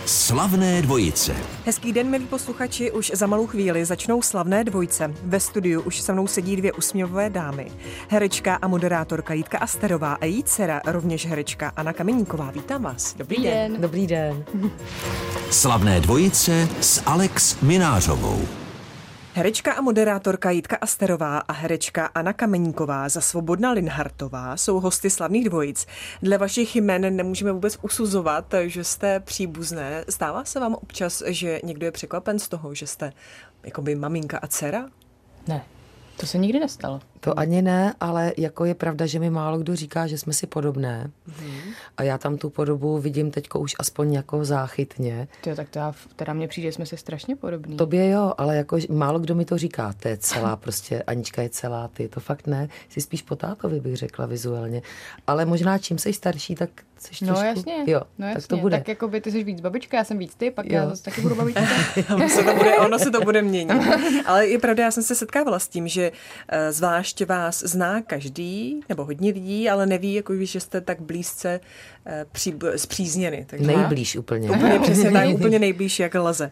Slavné dvojice. Hezký den, milí posluchači, už za malou chvíli začnou Slavné dvojice. Ve studiu už se mnou sedí dvě usměvavé dámy. Herečka a moderátorka Jitka Asterová a její dcera, rovněž herečka Anna Kameníková. Vítám vás. Dobrý den. Dobrý den. Slavné dvojice s Alex Minářovou. Herečka a moderátorka Jitka Asterová a herečka Anna Kameníková za Svobodna Linhartová jsou hosty Slavných dvojic. Dle vašich jmen nemůžeme vůbec usuzovat, že jste příbuzné. Stává se vám občas, že někdo je překvapen z toho, že jste jakoby maminka a dcera? Ne, to se nikdy nestalo. To ani ne, ale jako je pravda, že mi málo kdo říká, že jsme si podobné. A já tam tu podobu vidím teďko už aspoň jako záchytně. Tak to teda mně přijde, že jsme se strašně podobní. Tobě jo, ale jako málo kdo mi to říká. To je celá prostě, Anička je celá, ty to fakt ne. Jsi spíš po tátovi, bych řekla vizuálně. Ale možná čím jsi starší, tak jsi trošku... No jasně, jo, no jasně. Tak to bude. Tak jako by ty jsi víc babička, já jsem víc ty, pak jo. Já zase taky budu babička. Ono se to bude měnit. Ale je pravda, já jsem se setkávala s tím, že zvlášť vás zná každý, nebo hodně lidí, ale neví, jako že jste tak blízce spřízněny. Takže nejblíž úplně. Úplně přesně tak, úplně nejblíž, jak lze.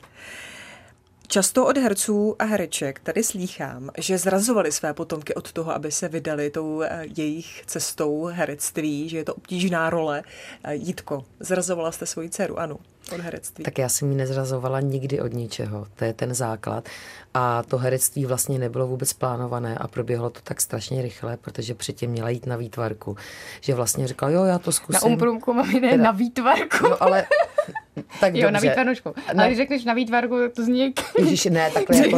Často od herců a hereček tady slýchám, že zrazovali své potomky od toho, aby se vydali tou jejich cestou herectví, že je to obtížná role. Jitko, zrazovala jste svoji dceru Anu od herectví? Tak já jsem ji nezrazovala nikdy od ničeho. To je ten základ. A to herectví vlastně nebylo vůbec plánované a proběhlo to tak strašně rychle, protože předtím měla jít na výtvarku. Že vlastně říkala, jo, já to zkusím. Na umprumku mám jde na výtvarku. No, ale tak jo, dobře. Na výtvarnočku. Ale když řekneš na výtvarku, tak to zní jak... Ježiš, ne, takhle jako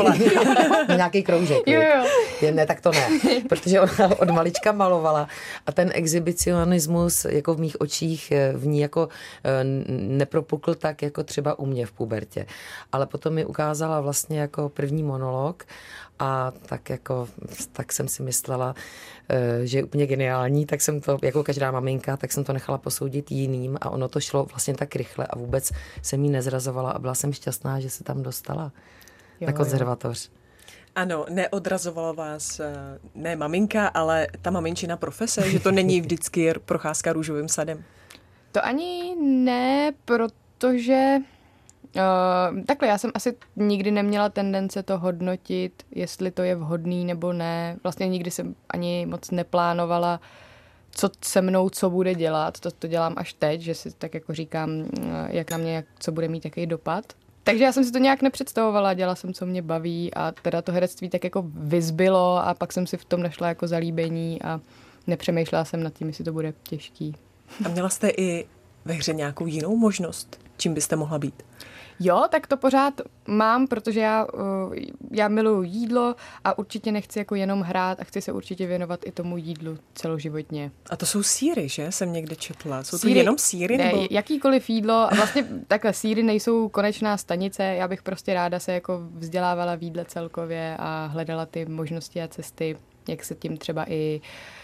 na nějaký kroužek. Jo. Ne, tak to ne. Protože ona od malička malovala a ten exhibicionismus jako v mých očích v ní jako nepropukl tak jako třeba u mě v pubertě. Ale potom mi ukázala vlastně jako první monolog a tak jsem si myslela, že je úplně geniální, tak jsem to, jako každá maminka, tak jsem to nechala posoudit jiným a ono to šlo vlastně tak rychle a vůbec jsem jí nezrazovala a byla jsem šťastná, že se tam dostala na konzervatoř. Ano, neodrazovala vás ne maminka, ale ta maminčina profese, že to není vždycky procházka růžovým sadem. To ani ne, protože... takhle, já jsem asi nikdy neměla tendence to hodnotit, jestli to je vhodný nebo ne. Vlastně nikdy jsem ani moc neplánovala, co se mnou, co bude dělat. To dělám až teď, že si tak jako říkám, jak na mě, co bude mít jaký dopad. Takže já jsem si to nějak nepředstavovala, dělala jsem, co mě baví a teda to herectví tak jako vyzbylo a pak jsem si v tom našla jako zalíbení a nepřemýšlela jsem nad tím, jestli to bude těžký. A měla jste i ve hře nějakou jinou možnost, čím byste mohla být? Jo, tak to pořád mám, protože já miluju jídlo a určitě nechci jako jenom hrát a chci se určitě věnovat i tomu jídlu celoživotně. A to jsou sýry, že? Jsem někde četla. Jsou to jenom sýry? Ne, jakýkoliv jídlo. A vlastně takhle sýry nejsou konečná stanice. Já bych prostě ráda se jako vzdělávala v jídle celkově a hledala ty možnosti a cesty, jak se tím třeba i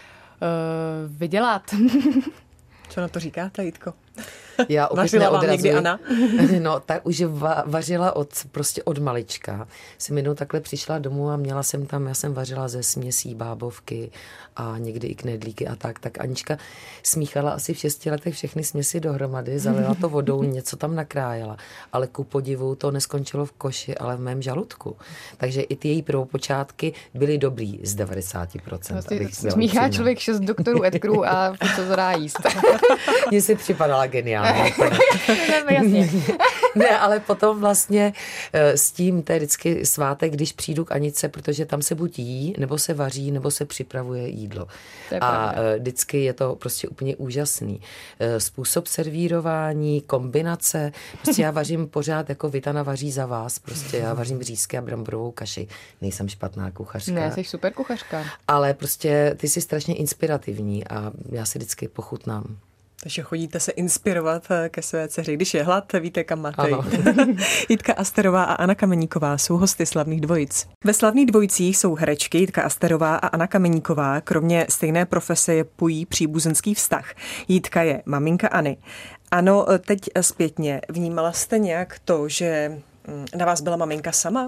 vydělat. Co na to říkáte, Jitko? Já opět vařila vám někdy Anna? No, tak už vařila od malička. Jsem jednou takhle přišla domů a měla jsem tam, já jsem vařila ze směsí bábovky a někdy i knedlíky a tak. Tak Anička smíchala asi v 6 letech všechny směsi dohromady, zalila to vodou, něco tam nakrájela. Ale ku podivu to neskončilo v koši, ale v mém žaludku. Takže i ty její prvopočátky byly dobrý z 90%. Smíchá člověk 6 doktorů Edgarů a co to dá jíst. Mně si připadala geniálně. Ne, ale potom vlastně s tím, to je vždycky svátek, když přijdu k Aničce, protože tam se buď jí, nebo se vaří, nebo se připravuje jídlo. A vždycky je to prostě úplně úžasný. Způsob servírování, kombinace, prostě já vařím pořád jako Vitana vaří za vás, prostě já vařím řízky a bramborovou kaši. Nejsem špatná kuchařka. Ne, jsi super kuchařka. Ale prostě ty jsi strašně inspirativní a já si vždycky pochutnám. Takže chodíte se inspirovat ke své dceři. Když je hlad, víte, kam máte jít. Jitka Asterová a Anna Kameníková jsou hosty Slavných dvojic. Ve Slavných dvojicích jsou herečky Jitka Asterová a Anna Kameníková. Kromě stejné profese je pojí příbuzenský vztah. Jitka je maminka Anny. Ano, teď zpětně. Vnímala jste nějak to, že na vás byla maminka sama?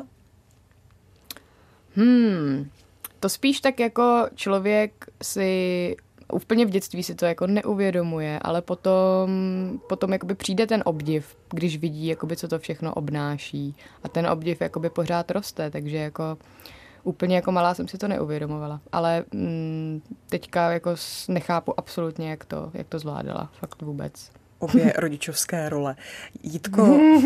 To spíš tak jako člověk si úplně v dětství si to jako neuvědomuje, ale potom jakoby přijde ten obdiv, když vidí, jakoby, co to všechno obnáší. A ten obdiv jakoby pořád roste, takže jako úplně jako malá jsem si to neuvědomovala. Ale teďka jako nechápu absolutně, jak to zvládala. Fakt vůbec. Obě rodičovské role. Jitko,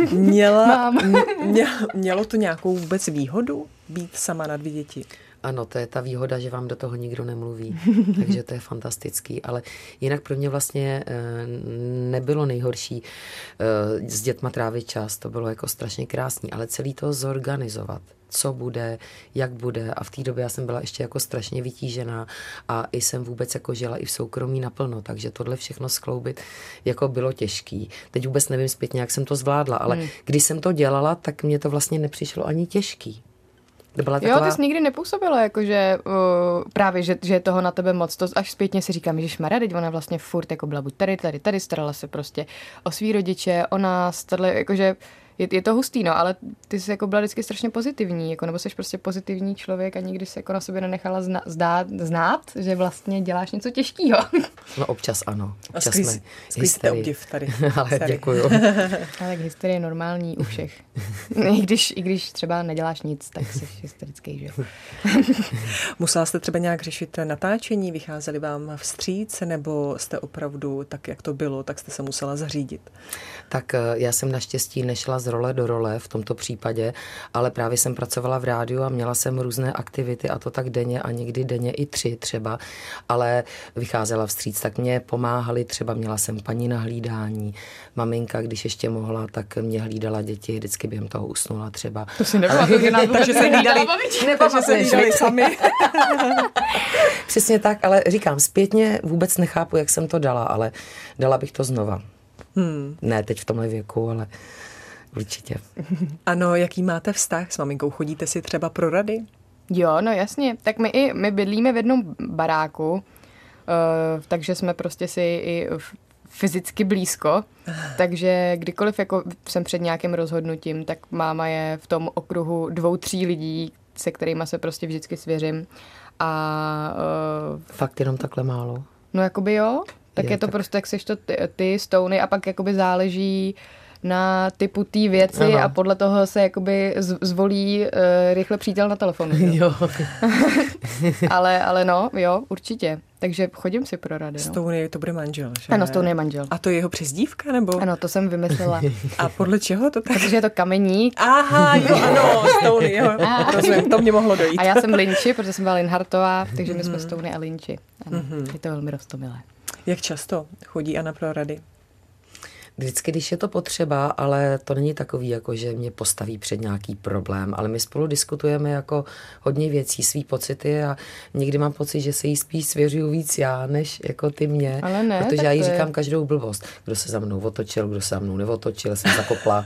mělo to nějakou vůbec výhodu být sama na 2 děti? Ano, to je ta výhoda, že vám do toho nikdo nemluví, takže to je fantastický, ale jinak pro mě vlastně nebylo nejhorší s dětma trávit čas, to bylo jako strašně krásný, ale celý to zorganizovat, co bude, jak bude a v té době já jsem byla ještě jako strašně vytížená a i jsem vůbec jako žila i v soukromí naplno, takže tohle všechno skloubit jako bylo těžký. Teď vůbec nevím zpětně, jak jsem to zvládla, ale když jsem to dělala, tak mě to vlastně nepřišlo ani těžký. Jo, ty jsi nikdy nepůsobila, jakože právě, že je toho na tebe moc. To až zpětně si říkám, ježišmarja, teď ona vlastně furt jako byla buď tady, starala se prostě o svý rodiče, o nás, tohle, jakože je to hustý, no, ale ty jsi jako byla vždycky strašně pozitivní, jako, nebo jsi prostě pozitivní člověk a nikdy se jako na sobě nenechala znát, že vlastně děláš něco těžkého. No občas ano. Občas jsme obdiv tady. Ale děkuju. Ale tak hysterie je normální u všech. I když třeba neděláš nic, tak jsi hysterický, že jo. Musela jste třeba nějak řešit natáčení, vycházeli vám vstříc, nebo jste opravdu tak, jak to bylo, tak jste se musela zařídit? Tak já jsem naštěstí nešla z role do role v tomto případě, ale právě jsem pracovala v rádiu a měla jsem různé aktivity a to tak denně a někdy denně i 3 třeba, ale vycházela vstříc, tak mě pomáhali, třeba měla jsem paní na hlídání, maminka, když ještě mohla, tak mě hlídala děti, vždycky během toho usnula třeba. To si nepamatuju, takže se hlídali sami. Přesně tak, ale říkám, zpětně vůbec nechápu, jak jsem to dala, ale dala bych to znova. Ne teď v tomhle věku, ale určitě. Ano, jaký máte vztah s maminkou? Chodíte si třeba pro rady? Jo, no jasně. Tak my bydlíme v jednom baráku, takže jsme prostě si i fyzicky blízko, takže kdykoliv jako jsem před nějakým rozhodnutím, tak máma je v tom okruhu 2-3 lidí, se kterýma se prostě vždycky svěřím. A fakt jenom takhle málo? No jakoby jo. Tak je to tak. Prostě, jak seš to ty stouny a pak jakoby záleží na typu té věci a podle toho se jakoby zvolí rychle přítel na telefonu. Jo. ale no, jo, určitě. Takže chodím si pro rady. Stouny, to bude manžel, že? Ano, Stouny je manžel. A to je jeho přezdívka, nebo? Ano, to jsem vymyslela. A podle čeho to tak? Protože je to kameník. Aha, jo, ano, Stouny, jo. Rozumím, to mě mohlo dojít. A já jsem Linči, protože jsem byla Linhartová, takže my jsme Stouny a Linči. Ano, je to velmi roztomilé. Jak často chodí Anna pro rady? Vždycky, když je to potřeba, ale to není takový, jako že mě postaví před nějaký problém, ale my spolu diskutujeme jako hodně věcí, svý pocity a někdy mám pocit, že se jí spíš svěřuju víc já, než jako ty mě, ale ne, protože já jí říkám každou blbost. Kdo se za mnou otočil, kdo se za mnou neotočil, jsem zakopla.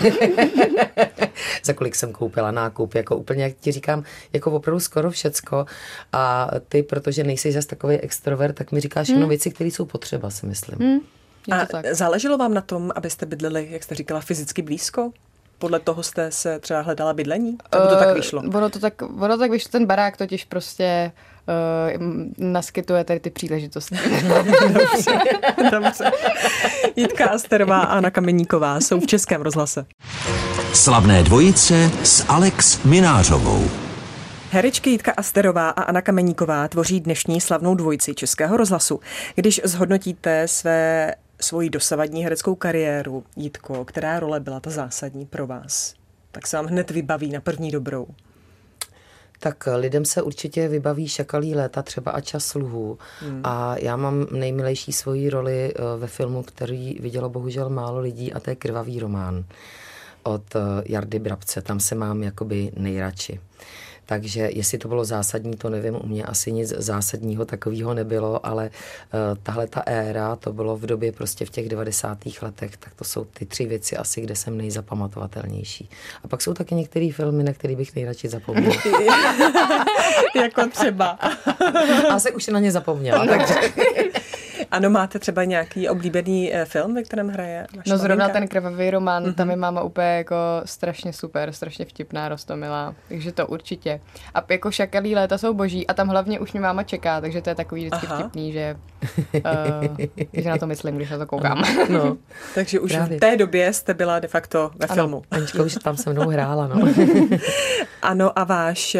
Za kolik jsem koupila nákup, jako úplně, jak ti říkám, jako opravdu skoro všecko a ty, protože nejsi zas takový extrovert, tak mi říkáš všechno věci, které jsou potřeba, si myslím. A záleželo vám na tom, abyste bydleli, jak jste říkala, fyzicky blízko? Podle toho jste se třeba hledala bydlení? Nebo to tak vyšlo? Ono to tak vyšlo, ten barák totiž prostě naskytuje tady ty příležitosti. Dobře. Jitka Asterová a Anna Kameníková jsou v Českém rozhlase. Slavné dvojice s Alex Minářovou. Herečky Jitka Asterová a Anna Kameníková tvoří dnešní slavnou dvojici Českého rozhlasu. Když zhodnotíte svoji dosavadní hereckou kariéru, Jitko, která role byla ta zásadní pro vás? Tak se vám hned vybaví na první dobrou. Tak lidem se určitě vybaví Šakalí léta třeba a Čas sluhů. A já mám nejmilejší svoji roli ve filmu, který vidělo bohužel málo lidí a to je Krvavý román od Jardy Brabce. Tam se mám jakoby nejradši. Takže jestli to bylo zásadní, to nevím, u mě asi nic zásadního takového nebylo, ale tahle ta éra, to bylo v době prostě v těch 90. letech, tak to jsou ty 3 věci asi, kde jsem nejzapamatovatelnější. A pak jsou taky některé filmy, na které bych nejradši zapomněla. Jako třeba. A se už na ně zapomněla. Takže. Ano, máte třeba nějaký oblíbený film, ve kterém hraje vaše No zrovna maminka? ten Krvavý román, tam je máma úplně jako strašně super, strašně vtipná, roztomilá, takže to určitě. A jako Šakalí léta jsou boží a tam hlavně už mě máma čeká, takže to je takový vždycky vtipný, že na to myslím, když na to koukám. No, takže už Právě. v té době jste byla de facto ve filmu. Anička už tam se mnou hrála, no. Ano, a váš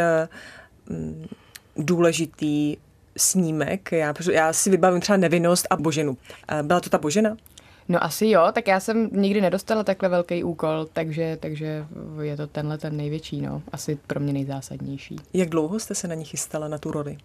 důležitý snímek, já si vybavím třeba Nevinnost a Boženu. Byla to ta Božena? No asi jo, tak já jsem nikdy nedostala takhle velký úkol, takže je to tenhle ten největší, no. Asi pro mě nejzásadnější. Jak dlouho jste se na ní chystala, na tu roli?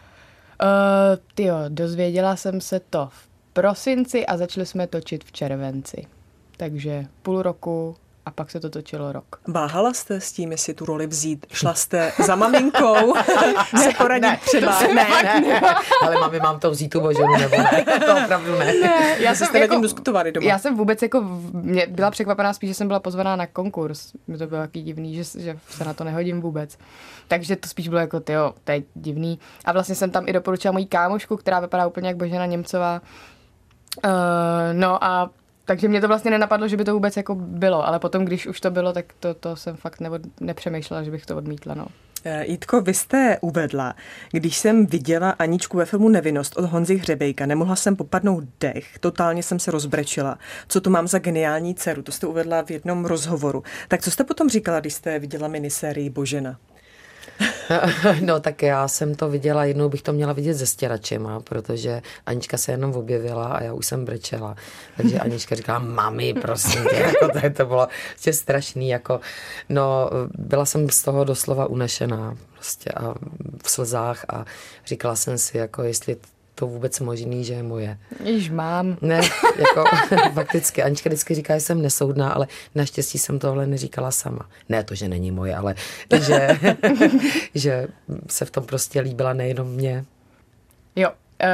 Dozvěděla jsem se to v prosinci a začali jsme točit v červenci. Takže půl roku a pak se to točilo rok. Váhala jste s tím, jestli tu roli vzít? Šla jste za maminkou se poradit třeba? Ne. Ale mami, mám to vzít tu Boženu, nebo ne? To opravdu ne. Já jsem jste nad tím diskutovali doma. Já jsem vůbec mě byla překvapená spíš, že jsem byla pozvaná na konkurs. Mě to bylo taky divný, že se na to nehodím vůbec. Takže to spíš bylo jako, to je divný. A vlastně jsem tam i doporučila mojí kámošku, která vypadá úplně jak Božena Němcová. Takže mě to vlastně nenapadlo, že by to vůbec jako bylo, ale potom, když už to bylo, tak to jsem fakt nepřemýšlela, že bych to odmítla, no. Jitko, vy jste uvedla, když jsem viděla Aničku ve filmu Nevinnost od Honzy Hřebejka, nemohla jsem popadnout dech, totálně jsem se rozbrečela. Co to mám za geniální dceru, to jste uvedla v jednom rozhovoru. Tak co jste potom říkala, když jste viděla minisérii Božena? No tak já jsem to viděla, jednou bych to měla vidět se stěračema, protože Anička se jenom objevila a já už jsem brečela. Takže Anička říkala, mami, prosím tě, jako to bylo prostě strašný, jako, no, byla jsem z toho doslova unešená prostě a v slzách a říkala jsem si, jako jestli to vůbec možný, že je moje. Již mám. Ne, jako fakticky. Anička vždycky říká, že jsem nesoudná, ale naštěstí jsem tohle neříkala sama. Ne to, že není moje, ale že se v tom prostě líbila nejenom mě. Jo.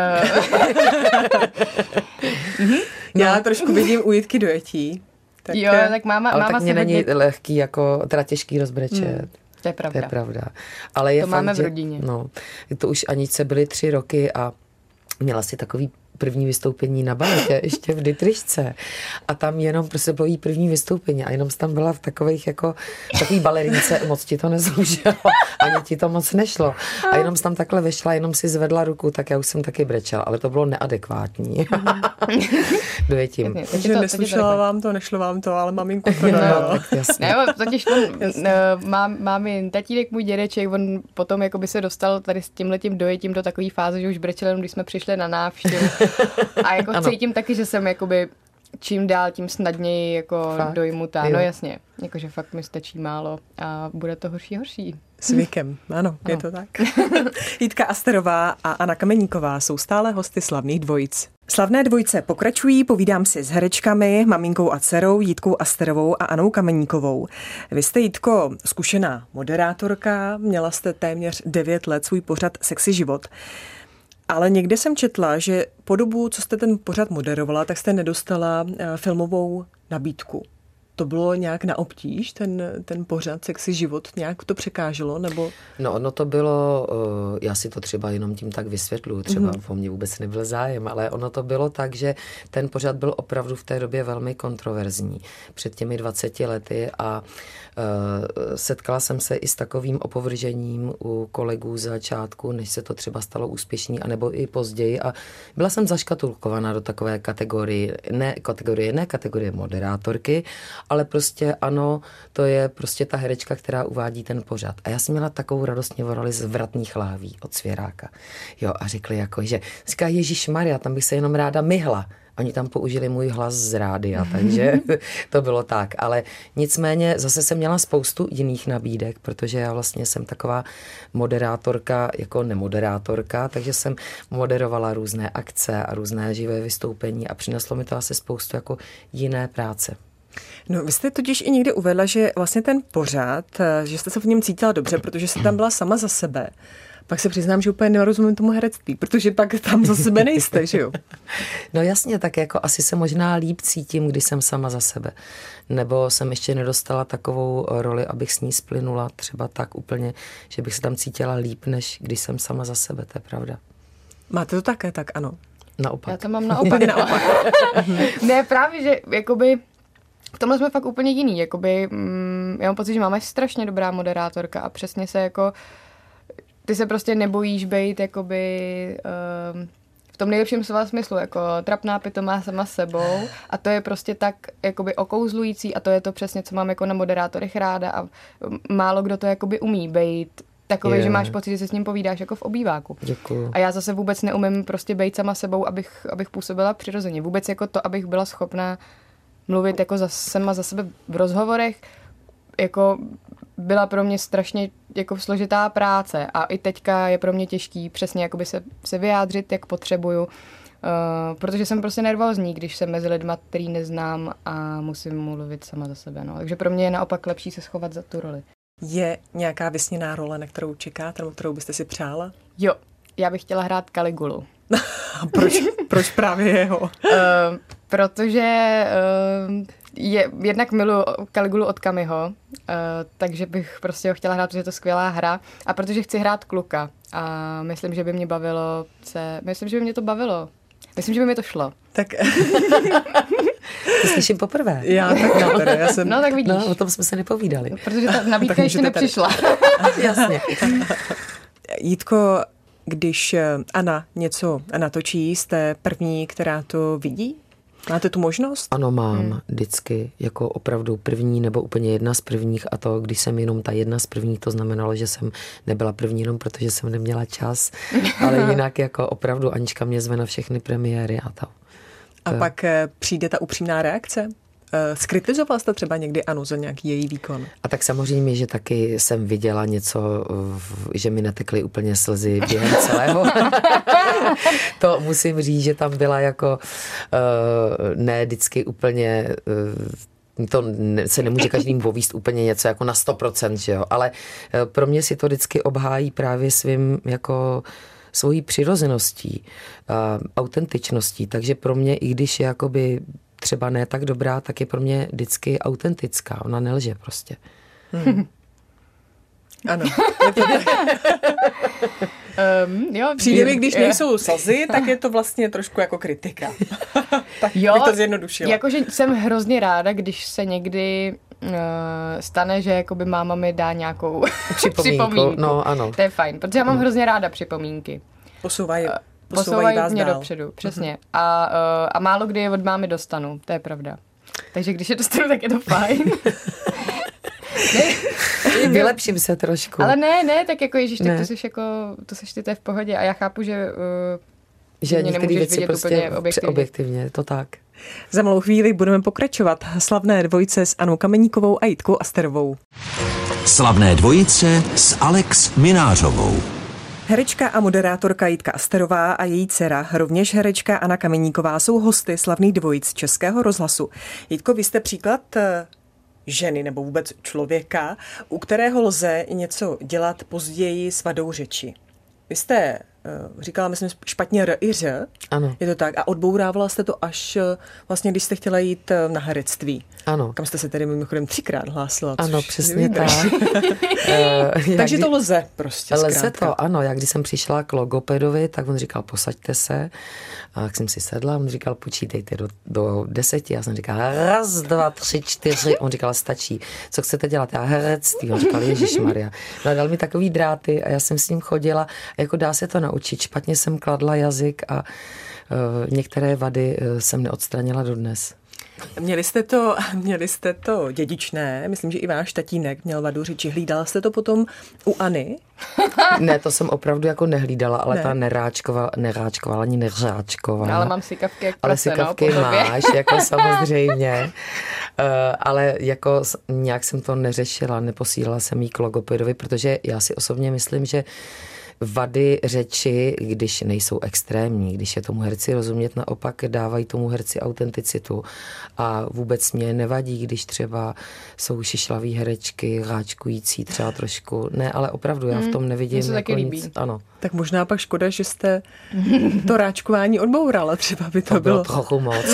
Já trošku vidím u Jitky dojetí. Tak, jo, tak máma tak mě se není lehký, jako teda těžký rozbrečet. To je pravda. To je pravda. Ale je to fakt, máme v rodině. No, to už Aničce byly 3 roky a měla si takový první vystoupení na baletě, ještě v Dytryšce. A tam jenom prostě bylo jí první vystoupení a jenom tam byla v takových jako takový balerince, moc ti to nezlužilo, ani ti to moc nešlo. A jenom tam takhle vešla, jenom si zvedla ruku, tak já už jsem taky brečela, ale to bylo neadekvátní. Dojetím. Takže neslyšela vám to, nešlo vám to, ale maminku to dalo. Ne, totiž mám jen tatínek, můj dědeček, on potom jako by se dostal tady s tímhletím dojetím do takové fáze, že už brečel jenom, když jsme přišli na návštěvu. A jako ano. Cítím taky, že jsem jakoby čím dál, tím snadněji jako dojmutá. No jasně, jakože fakt mi stačí málo a bude to horší. S věkem, ano, je to tak. Jitka Asterová a Anna Kameníková jsou stále hosty Slavných dvojic. Slavné dvojice pokračují, povídám si s herečkami, maminkou a dcerou Jitkou Asterovou a Annou Kameníkovou. Vy jste, Jitko, zkušená moderátorka, měla jste téměř 9 let svůj pořad Sexy život. Ale někde jsem četla, že po dobu, co jste ten pořad moderovala, tak jste nedostala filmovou nabídku. To bylo nějak na obtíž, ten pořad Sexy život, nějak to překáželo, nebo? No to bylo, já si to třeba jenom tím tak vysvětluju, třeba po mně vůbec nebyl zájem, ale ono to bylo tak, že ten pořad byl opravdu v té době velmi kontroverzní před těmi 20 lety a setkala jsem se i s takovým opovržením u kolegů z začátku, než se to třeba stalo úspěšný, anebo i později a byla jsem zaškatulkovaná do takové kategorie moderátorky, ale prostě ano, to je prostě ta herečka, která uvádí ten pořad. A já jsem měla takovou radost, mě volali z Vratných láví od Svěráka. Jo, a řekli jako, že říká Ježišmarja, tam bych se jenom ráda myhla. Oni tam použili můj hlas z rádia, takže to bylo tak. Ale nicméně zase jsem měla spoustu jiných nabídek, protože já vlastně jsem taková moderátorka jako nemoderátorka, takže jsem moderovala různé akce a různé živé vystoupení a přineslo mi to asi spoustu jako jiné práce. No, vy jste totiž i někde uvedla, že vlastně ten pořad, že jste se v něm cítila dobře, protože jste tam byla sama za sebe. Pak se přiznám, že úplně nerozumím tomu herectví, protože pak tam za sebe nejste, že jo? No jasně, tak jako asi se možná líp cítím, když jsem sama za sebe. Nebo jsem ještě nedostala takovou roli, abych s ní splynula třeba tak úplně, že bych se tam cítila líp, než když jsem sama za sebe, to je pravda. Máte to také tak, ano? Naopak. Já to mám naopak. Ne, právě, že jakoby v tomhle jsme fakt úplně jiný. Jakoby, já mám pocit, že máme strašně dobrá moderátorka a přesně se jako ty se prostě nebojíš být jakoby v tom nejlepším slova smyslu, jako trapná pitomá sama sebou a to je prostě tak jakoby okouzlující a to je to přesně, co mám jako na moderátorech ráda a málo kdo to jakoby umí být takový, že máš pocit, že se s ním povídáš jako v obýváku. Děkuju. A já zase vůbec neumím prostě být sama sebou, abych působila přirozeně. Vůbec jako to, abych byla schopná mluvit jako sama za sebe v rozhovorech, jako byla pro mě strašně jako složitá práce a i teďka je pro mě těžký přesně jakoby se vyjádřit, jak potřebuju, protože jsem prostě nervózní, když jsem mezi lidma, který neznám a musím mluvit sama za sebe. No. Takže pro mě je naopak lepší se schovat za tu roli. Je nějaká vysněná role, na kterou čekáte, nebo kterou byste si přála? Jo, já bych chtěla hrát Kaligulu. A proč právě jeho? Protože jednak miluji Kaligulu od Kamiho, takže bych prostě ho chtěla hrát, protože je to skvělá hra a protože chci hrát kluka a myslím, že by mě to bavilo. Myslím, že by mi to šlo. Tak To slyším poprvé. já jsem... No tak vidíš. No, o tom jsme se nepovídali. Protože ta nabídka ještě nepřišla. Jasně. Jitko, když Anna něco natočí, jste první, která to vidí? Máte tu možnost? Ano, mám vždycky jako opravdu první nebo úplně jedna z prvních a to, když jsem jenom ta jedna z prvních, to znamenalo, že jsem nebyla první jenom protože jsem neměla čas, ale jinak jako opravdu Anička mě zve na všechny premiéry a to. A pak přijde ta upřímná reakce? Skritizovala jste třeba někdy Anu za nějaký její výkon? A tak samozřejmě, že taky jsem viděla něco, že mi natekly úplně slzy během celého. To musím říct, že tam byla jako ne vždycky úplně... To se nemůže každým povíst úplně něco jako na 100%, že jo? Ale pro mě si to vždycky obhájí právě svým jako svojí přirozeností, autentičností. Takže pro mě, i když je jakoby třeba ne tak dobrá, tak je pro mě vždycky autentická. Ona nelže prostě. Ano. Jo, Přijde mi, když nejsou slzy, tak je to vlastně trošku jako kritika. Tak bych to zjednodušila. Jakože jsem hrozně ráda, když se někdy stane, že jakoby máma mi dá nějakou připomínku. No, ano. To je fajn, protože já mám hrozně ráda připomínky. Posouvají vás mě dál. dopředu, přesně. A málo kdy je od mámy dostanu, to je pravda. Takže když je dostanu, tak je to fajn. Vylepším se trošku. Ale ne, tak jako ježiš, tak to seš ty, to je v pohodě a já chápu, že mě nemůžeš vidět prostě úplně objektivně, to tak. Za malou chvíli budeme pokračovat. Slavné dvojice s Anou Kameníkovou a Jitkou Asterovou. Slavné dvojice s Alex Minářovou. Herečka a moderátorka Jitka Asterová a její dcera, rovněž herečka Anna Kameníková, jsou hosty slavných dvojic Českého rozhlasu. Jitko, vy jste příklad ženy nebo vůbec člověka, u kterého lze něco dělat později s vadou řeči. Vy jste říkala, myslím, špatně r i ř. Ano. Je to tak. A odbourávala jste to až vlastně, když jste chtěla jít na herectví. Ano. Kam jste se tedy mimochodem 3krát hlásila. Ano, přesně tak. Takže to lze prostě Lze zkrátka. to, ano. Jak když jsem přišla k logopedovi, tak on říkal, posaďte se. A jak jsem si sedla, on říkal, počítejte do 10. Já jsem říkala, 1, 2, 3, 4. On říkal, stačí. Co chcete dělat? Já herectví. On říkal, ježišmarja. No, dal mi takový dráty a já jsem s ním chodila. Jako dá se to naučit. Špatně jsem kladla jazyk a některé vady jsem neodstranila dodnes. Měli jste to dědičné, myslím, že i váš tatínek měl vadu řeči. Hlídala jste to potom u Anny? Ne, to jsem opravdu jako nehlídala, ale ta neráčkovala, ani neřáčkovala. No, ale mám sykavky jak ale prase, sykavky máš, jako samozřejmě. Ale jako nějak jsem to neřešila, neposílala jsem jí k logopedovi, protože já si osobně myslím, že vady řeči, když nejsou extrémní, když je tomu herci rozumět, naopak dávají tomu herci autenticitu a vůbec mě nevadí, když třeba jsou šišlaví herečky, ráčkující třeba trošku. Ne, ale opravdu já v tom nevidím jako nic. Ano. Tak možná pak škoda, že jste to ráčkování odbourala, třeba by to bylo trochu moc.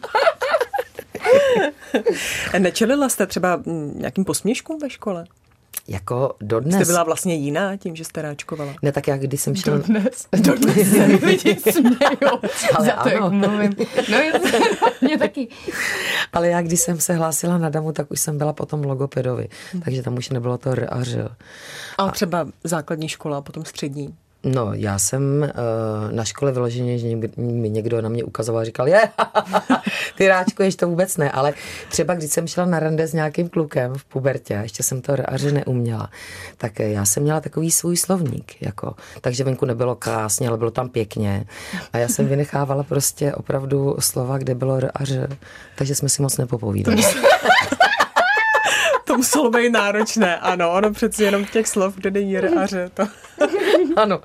Nečelila jste třeba nějakým posměškům ve škole? Jako dodnes. Jste byla vlastně jiná tím, že jste ráčkovala? Ne, tak já když jsem šla... Dodnes se lidi smějou Ale za to, jak mluvím. No mě taky. Ale já, když jsem se hlásila na damu, tak už jsem byla potom logopedovi. Takže tam už nebylo to R a Ř. A třeba základní škola a potom střední. No, já jsem na škole vyloženě, že mi někdo na mě ukazoval a říkal, ty ráčkuješ, to vůbec ne, ale třeba když jsem šla na rande s nějakým klukem v pubertě, ještě jsem to R a Ř neuměla, tak já jsem měla takový svůj slovník, jako, takže venku nebylo krásně, ale bylo tam pěkně a já jsem vynechávala prostě opravdu slova, kde bylo R a Ř, takže jsme si moc nepopovídali. To muselo být náročné, ano, ono přeci jenom těch slov, kde není R a Ř, to... Ano.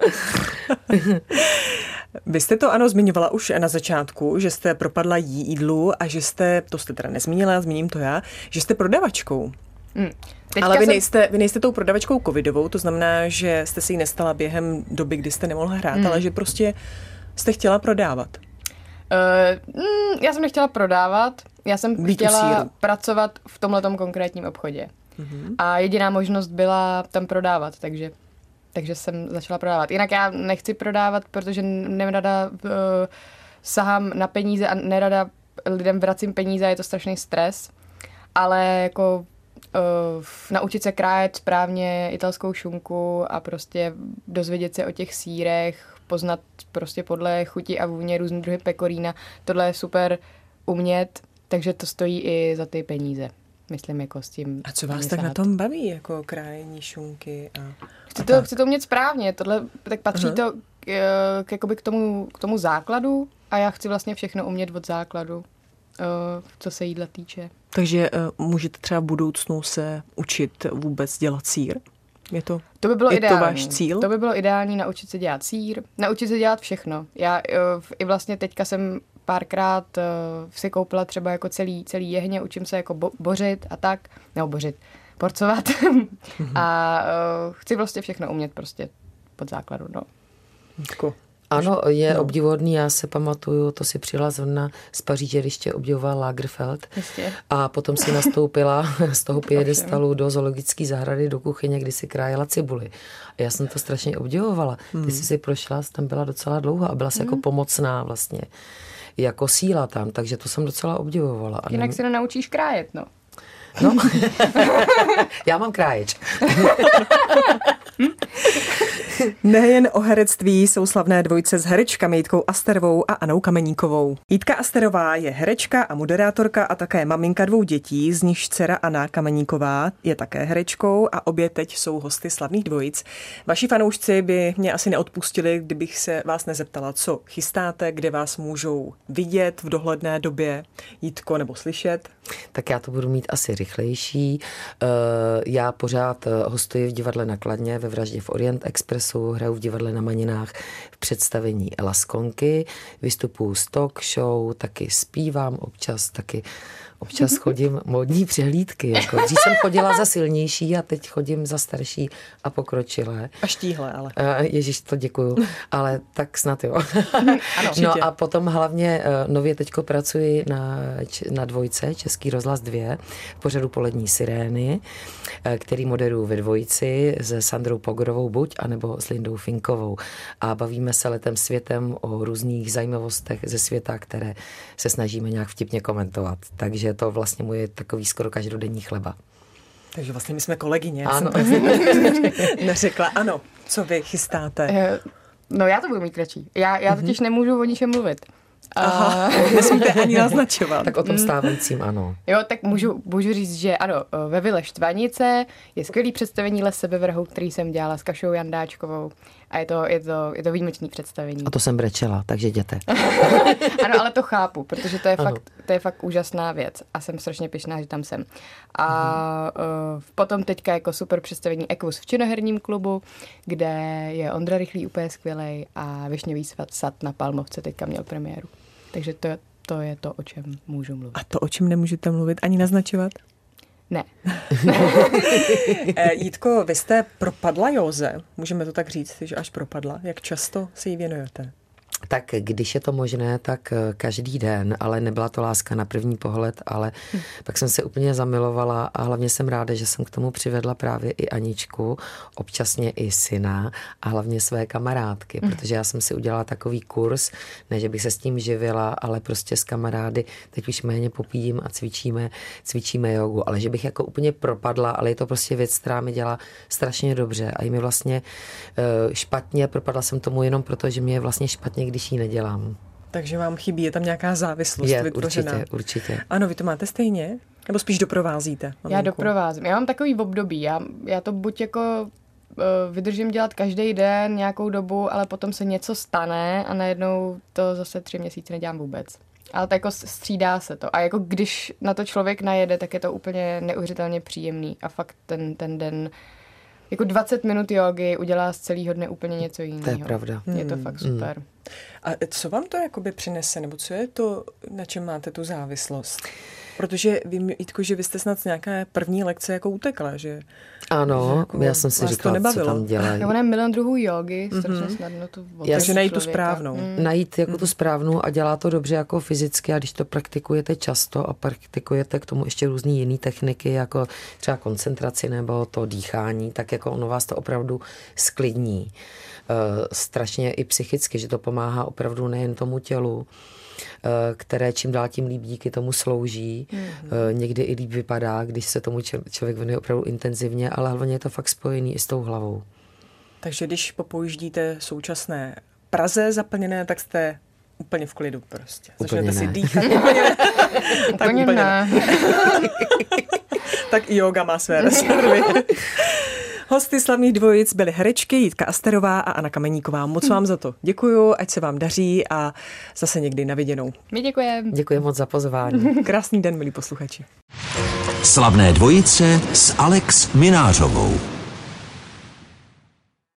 Vy jste to, ano, zmiňovala už na začátku, že jste propadla jídlu a že jste, to jste teda nezmínila, zmíním to já, že jste prodavačkou. Ale vy nejste tou prodavačkou covidovou, to znamená, že jste si ji nestala během doby, kdy jste nemohla hrát, ale že prostě jste chtěla prodávat. Já jsem nechtěla prodávat, já jsem chtěla pracovat v tomhletom konkrétním obchodě. A jediná možnost byla tam prodávat, takže jsem začala prodávat. Jinak já nechci prodávat, protože nerada sahám na peníze a nerada lidem vracím peníze, je to strašný stres. Ale jako naučit se krájet správně italskou šunku a prostě dozvědět se o těch sýrech, poznat prostě podle chuti a vůně různý druhy pekorína, tohle je super umět, takže to stojí i za ty peníze. Myslím, jako s tím. A co vás tak na tom baví, jako krájení šunky? Chci to umět správně, tohle tak patří to k tomu základu a já chci vlastně všechno umět od základu, co se jídla týče. Takže můžete třeba v budoucnu se učit vůbec dělat sýr? To by bylo ideální. To váš cíl? To by bylo ideální, naučit se dělat sýr, naučit se dělat všechno. Já i vlastně teďka jsem párkrát si koupila třeba jako celý jehně, učím se jako bořit a tak, porcovat. A chci vlastně všechno umět prostě pod základu, no. Ano, je obdivuhodný, já se pamatuju, to si přijela zrovna z Paříže, když tě obdivoval Lagerfeld. Jistě. A potom si nastoupila z toho piedestalu do zoologické zahrady, do kuchyně, kdy si krájela cibuli. A já jsem to strašně obdivovala. Ty jsi si prošla, tam byla docela dlouho a byla jsi jako pomocná vlastně. Jako síla tam, takže to jsem docela obdivovala. Jinak se nenaučíš krájet, no. No, já mám kráječ. Nejen o herectví jsou slavné dvojice s herečkami Jitkou Asterovou a Annou Kameníkovou. Jitka Asterová je herečka a moderátorka a také maminka 2 dětí, z nichž dcera Anna Kameníková je také herečkou a obě teď jsou hosty slavných dvojic. Vaši fanoušci by mě asi neodpustili, kdybych se vás nezeptala, co chystáte, kde vás můžou vidět v dohledné době, Jitko, nebo slyšet. Tak já to budu mít asi rychlejší. Já pořád hostuji v divadle na Kladně, ve Vraždě v Orient Expressu, hraju v divadle na Maninách v představení Laskonky, vystupuju z talk show, taky zpívám občas chodím módní přehlídky. Jako. Dřív jsem chodila za silnější a teď chodím za starší a pokročilé. A štíhle, ale. Ježiš, to děkuju. Ale tak snad jo. Ano, no a potom hlavně nově teďko pracuji na dvojce Český rozhlas 2 v pořadu Polední sirény, který moderuju ve dvojici se Sandrou Pogorovou buď, anebo s Lindou Finkovou. A bavíme se letem světem o různých zajímavostech ze světa, které se snažíme nějak vtipně komentovat. Takže to vlastně můj takový skoro každodenní chleba. Takže vlastně my jsme kolegyně. Ano. Neřekla, ano, co vy chystáte? No já to budu mít kratší. Já totiž nemůžu o ničem mluvit. Aha, nesmíte ani naznačovat. Tak o tom stávajícím, ano. Jo, tak můžu říct, že ano, ve Vile Štvanice je skvělý představení Les sebevrhou, který jsem dělala s Kašou Jandáčkovou. A je to výjimečný představení. A to jsem brečela, takže jděte. Ano, ale to chápu, protože to je fakt úžasná věc a jsem strašně pyšná, že tam jsem. A potom teďka jako super představení Equus v Činoherním klubu, kde je Ondra Rychlý úplně skvělej a Višňový sad na Palmovce teďka měl premiéru. Takže to je to, o čem můžu mluvit. A to, o čem nemůžete mluvit ani naznačovat? Ne. Jitko, vy jste propadla józe, můžeme to tak říct, že až propadla. Jak často se jí věnujete? Tak když je to možné, tak každý den, ale nebyla to láska na první pohled, ale pak jsem se úplně zamilovala a hlavně jsem ráda, že jsem k tomu přivedla právě i Aničku, občasně i syna a hlavně své kamarádky, protože já jsem si udělala takový kurz, ne, že bych se s tím živila, ale prostě s kamarády, teď už méně popíjím a cvičíme jogu, ale že bych jako úplně propadla, ale je to prostě věc, která mi dělá strašně dobře a je mi vlastně špatně, propadla jsem tomu jenom proto, že mě je vlastně špatně, když ji nedělám. Takže vám chybí, je tam nějaká závislost vytvořená. Určitě. Ano, vy to máte stejně? Nebo spíš doprovázíte? Maminku? Já doprovázím. Já mám takový období. Já to buď jako vydržím dělat každý den nějakou dobu, ale potom se něco stane a najednou to zase 3 měsíce nedělám vůbec. Ale to jako střídá se to. A jako když na to člověk najede, tak je to úplně neuvěřitelně příjemný. A fakt ten den jako 20 minut jógy udělá z celého dne úplně něco jiného. To je pravda. Je to fakt super. A co vám to jakoby přinese, nebo co je to, na čem máte tu závislost? Protože vím, Jitko, že vy jste snad z nějaké první lekce jako utekla, že? Ano, že jako já jsem si říkala, co tam dělají. Ono je milion druhů jógy, strašně snadno to takže najít tu správnou. Najít jako tu správnou a dělá to dobře jako fyzicky a když to praktikujete často a praktikujete k tomu ještě různý jiný techniky, jako třeba koncentraci nebo to dýchání, tak jako ono vás to opravdu sklidní. Strašně i psychicky, že to pomáhá opravdu nejen tomu tělu, které čím dál tím líp díky tomu slouží. Někdy i líp vypadá, když se tomu člověk věnuje opravdu intenzivně, ale hlavně je to fakt spojený i s tou hlavou. Takže když popojíždíte současné Praze zaplněné, tak jste úplně v klidu prostě. Začnete si dýchat. Úplně ne. Tak i yoga má své rezervy. Hosty Slavných dvojic byly herečky Jitka Asterová a Anna Kameníková. Moc vám za to děkuju, ať se vám daří a zase někdy na viděnou. My děkujeme. Děkuji moc za pozvání. Krásný den, milí posluchači. Slavné dvojice s Alex Minářovou.